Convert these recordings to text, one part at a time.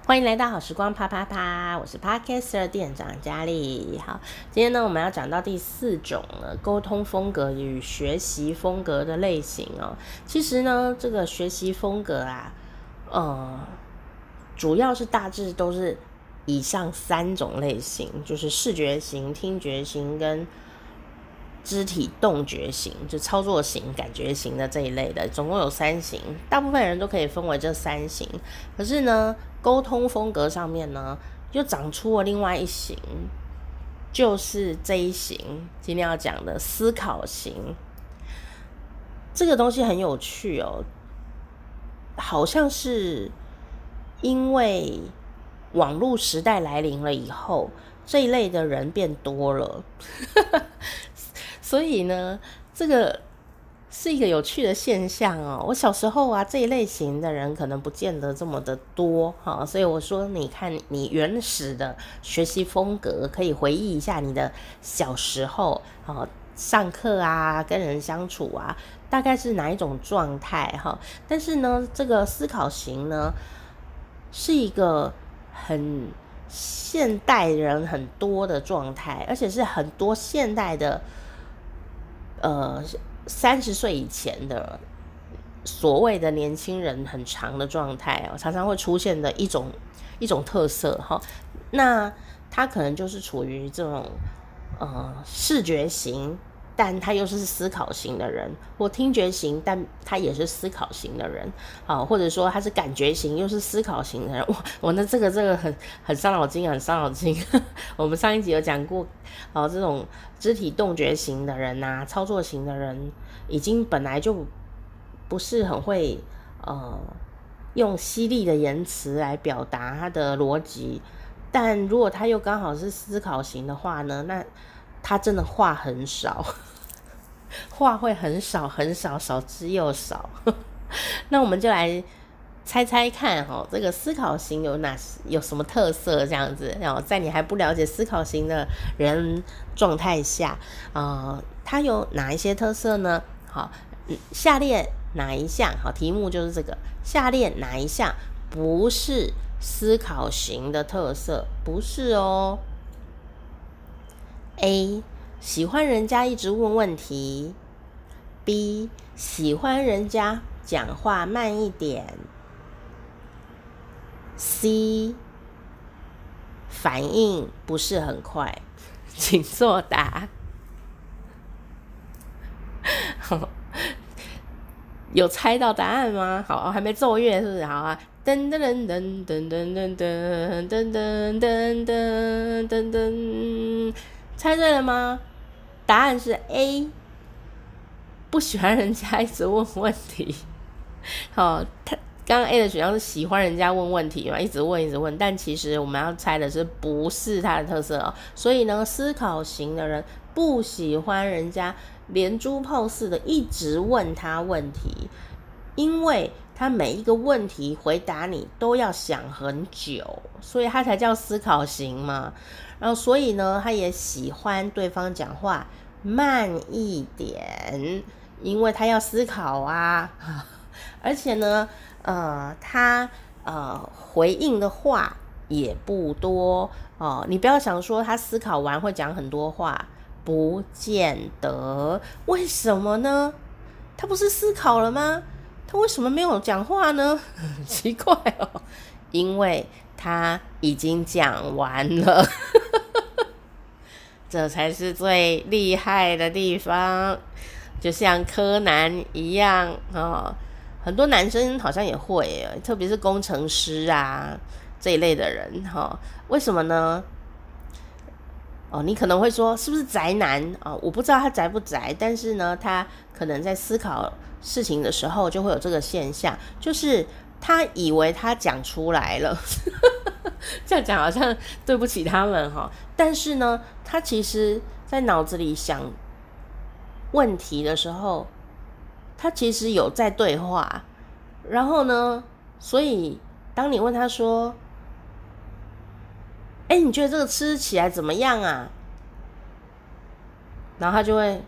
欢迎来到好时光啪啪啪，我是 Podcaster 店长佳丽。好，今天呢我们要讲到第4种了，沟通风格与学习风格的类型哦。其实呢，这个学习风格啊，主要是大致都是以上3种类型，就是视觉型、听觉型跟肢体动觉型，就操作型、感觉型的这一类的，总共有3型，大部分人都可以分为这3型。可是呢，沟通风格上面呢，又长出了另外一型，就是这一型今天要讲的思考型。这个东西很有趣哦，好像是因为网络时代来临了以后，这一类的人变多了所以呢，这个是一个有趣的现象哦。我小时候啊，这一类型的人可能不见得这么的多哈，所以我说，你看你原始的学习风格，可以回忆一下你的小时候上课啊，跟人相处啊，大概是哪一种状态哈。但是呢，这个思考型呢，是一个很现代人很多的状态，而且是很多现代的30岁以前的所谓的年轻人很长的状态常常会出现的一种特色哈。那他可能就是处于这种视觉型，但他又是思考型的人，或听觉型，但他也是思考型的人，或者说他是感觉型又是思考型的人。我那这个很伤脑筋，很伤脑筋。我们上一集有讲过，这种肢体动觉型的人啊，操作型的人，已经本来就不是很会用犀利的言辞来表达他的逻辑，但如果他又刚好是思考型的话呢，那他真的话很少，话会很少很少，少之又少。那我们就来猜猜看这个思考型有什么特色？这样子，然后在你还不了解思考型的人状态下，它有哪一些特色呢？好，下列哪一项？好，题目就是这个，下列哪一项不是思考型的特色？不是哦。A. 喜欢人家一直问问题。 B. 喜欢人家讲话慢一点。 C. 反应不是很快。请作答。有猜到答案吗？好，还没奏乐是不是？好啊，噔噔噔噔噔噔噔噔噔噔噔噔噔，猜对了吗？答案是 A， 不喜欢人家一直问问题。好，他刚刚 A 的选项是喜欢人家问问题嘛，一直问，但其实我们要猜的是不是他的特色哦。所以呢，思考型的人不喜欢人家连珠炮似的一直问他问题，因为他每一个问题回答你都要想很久，所以他才叫思考型嘛。然后所以呢，他也喜欢对方讲话慢一点，因为他要思考啊。而且呢，他回应的话也不多你不要想说他思考完会讲很多话，不见得。为什么呢？他不是思考了吗？他为什么没有讲话呢？奇怪哦，因为他已经讲完了。这才是最厉害的地方，就像柯南一样很多男生好像也会，特别是工程师啊这一类的人为什么呢？你可能会说是不是宅男我不知道他宅不宅，但是呢，他可能在思考事情的时候就会有这个现象，就是他以为他讲出来了。这样讲好像对不起他们但是呢，他其实在脑子里想问题的时候，他其实有在对话。然后呢，所以当你问他说你觉得这个吃起来怎么样啊？然后他就会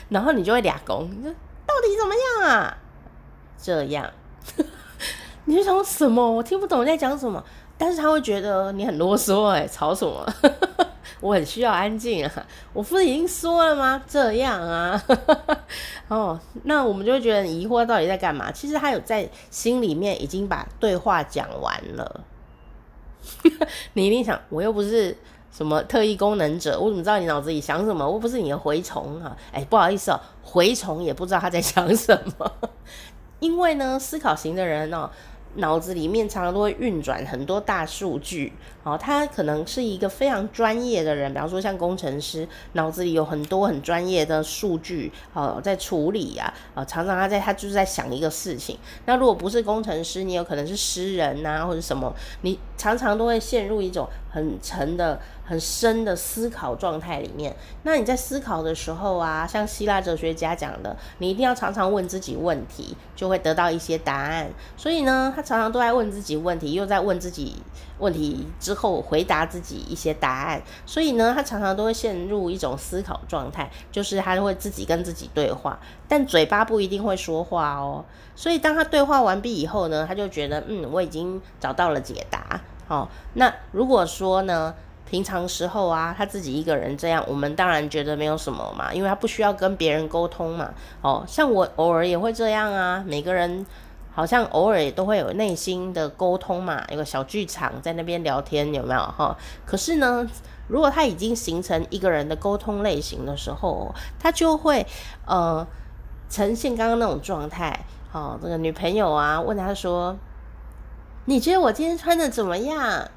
然后你就会俩公，你说到底怎么样啊？这样，你就想说什么？我听不懂你在讲什么，但是他会觉得你很啰嗦，吵什么？我很需要安静啊，我不是已经说了吗？这样啊，哦，那我们就会觉得很疑惑到底在干嘛？其实他有在心里面已经把对话讲完了。你一定想，我又不是什么特异功能者，我怎么知道你脑子里想什么？我不是你的蛔虫啊！不好意思哦，蛔虫也不知道他在想什么。因为呢，思考型的人哦，脑子里面常常都会运转很多大数据，他可能是一个非常专业的人，比方说像工程师，脑子里有很多很专业的数据在处理啊，常常他就是在想一个事情。那如果不是工程师，你有可能是诗人啊，或者什么，你常常都会陷入一种很沉的、很深的思考状态里面。那你在思考的时候啊，像希腊哲学家讲的，你一定要常常问自己问题，就会得到一些答案。所以呢，他常常都在问自己问题，又在问自己问题之后回答自己一些答案。所以呢，他常常都会陷入一种思考状态，就是他会自己跟自己对话，但嘴巴不一定会说话哦。所以当他对话完毕以后呢，他就觉得我已经找到了解答。那如果说呢，平常时候啊，他自己一个人这样，我们当然觉得没有什么嘛，因为他不需要跟别人沟通嘛。像我偶尔也会这样啊，每个人好像偶尔也都会有内心的沟通嘛，有个小剧场在那边聊天，有没有？可是呢，如果他已经形成一个人的沟通类型的时候，他就会呈现刚刚那种状态。这个女朋友啊问他说，你觉得我今天穿的怎么样？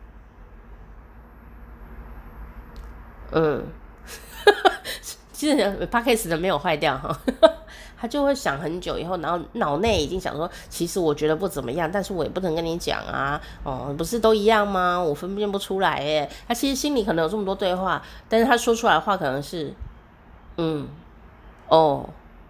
其实 Podcast 的没有坏掉哈，他就会想很久以后，然后脑内已经想说，其实我觉得不怎么样，但是我也不能跟你讲啊，不是都一样吗？我分辨不出来耶。他其实心里可能有这么多对话，但是他说出来的话可能是，哦，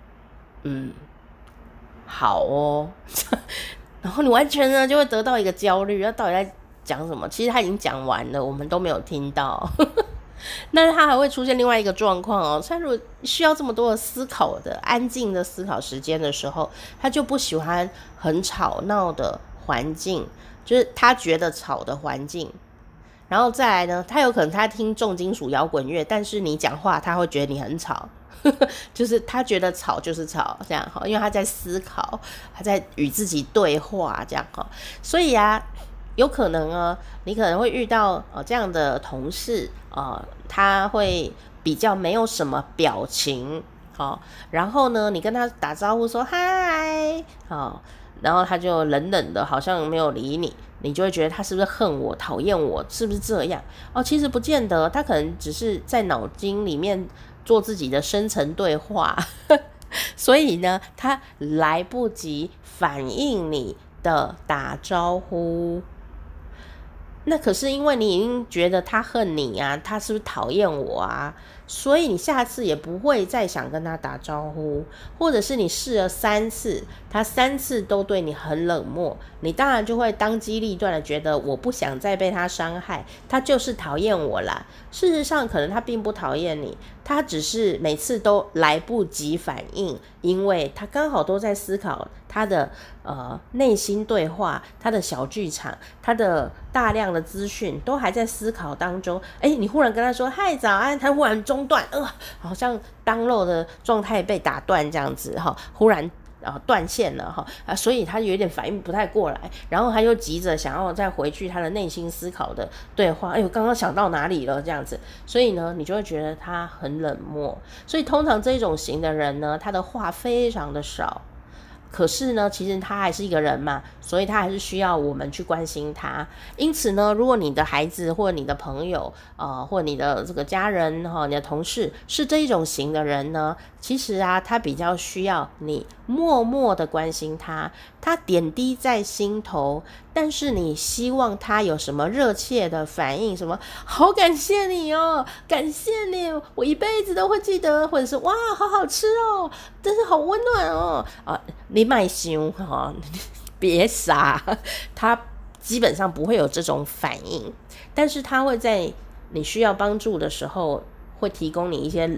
好哦，然后你完全呢就会得到一个焦虑，他到底在讲什么？其实他已经讲完了，我们都没有听到。那他还会出现另外一个状况哦，他如果需要这么多的思考的安静的思考时间的时候，他就不喜欢很吵闹的环境，就是他觉得吵的环境。然后再来呢，他有可能他听重金属摇滚乐，但是你讲话他会觉得你很吵。就是他觉得吵就是吵这样，因为他在思考，他在与自己对话这样。所以啊，有可能你可能会遇到这样的同事，他会比较没有什么表情，然后呢你跟他打招呼说嗨，然后他就冷冷的好像没有理你，你就会觉得他是不是恨我讨厌我，是不是这样？其实不见得，他可能只是在脑筋里面做自己的深层对话。所以呢他来不及反应你的打招呼。那可是因为你已经觉得他恨你啊，他是不是讨厌我啊，所以你下次也不会再想跟他打招呼。或者是你试了3次，他3次都对你很冷漠，你当然就会当机立断的觉得我不想再被他伤害，他就是讨厌我啦。事实上可能他并不讨厌你，他只是每次都来不及反应，因为他刚好都在思考他的内心对话，他的小剧场，他的大量的资讯都还在思考当中。你忽然跟他说嗨早安，他忽然中断，好像download的状态被打断这样子，忽然断线了，所以他有点反应不太过来，然后他又急着想要再回去他的内心思考的对话，刚刚想到哪里了这样子。所以呢你就会觉得他很冷漠。所以通常这种型的人呢，他的话非常的少，可是呢其实他还是一个人嘛，所以他还是需要我们去关心他。因此呢，如果你的孩子或你的朋友或你的这个家人你的同事是这一种型的人呢，其实啊他比较需要你默默的关心他，他点滴在心头，但是你希望他有什么热切的反应，什么好感谢你哦，感谢你，我一辈子都会记得，或者是哇好好吃哦，真是好温暖哦，你别想别傻，他基本上不会有这种反应，但是他会在你需要帮助的时候会提供你一些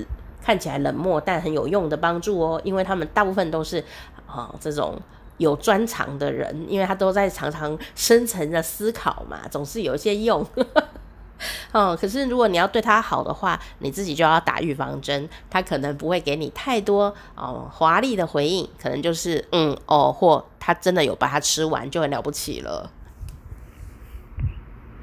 看起来冷漠但很有用的帮助哦，因为他们大部分都是这种有专长的人，因为他都在常常深层的思考嘛，总是有一些用可是如果你要对他好的话，你自己就要打预防针，他可能不会给你太多华丽的回应，可能就是或他真的有把它吃完就很了不起了。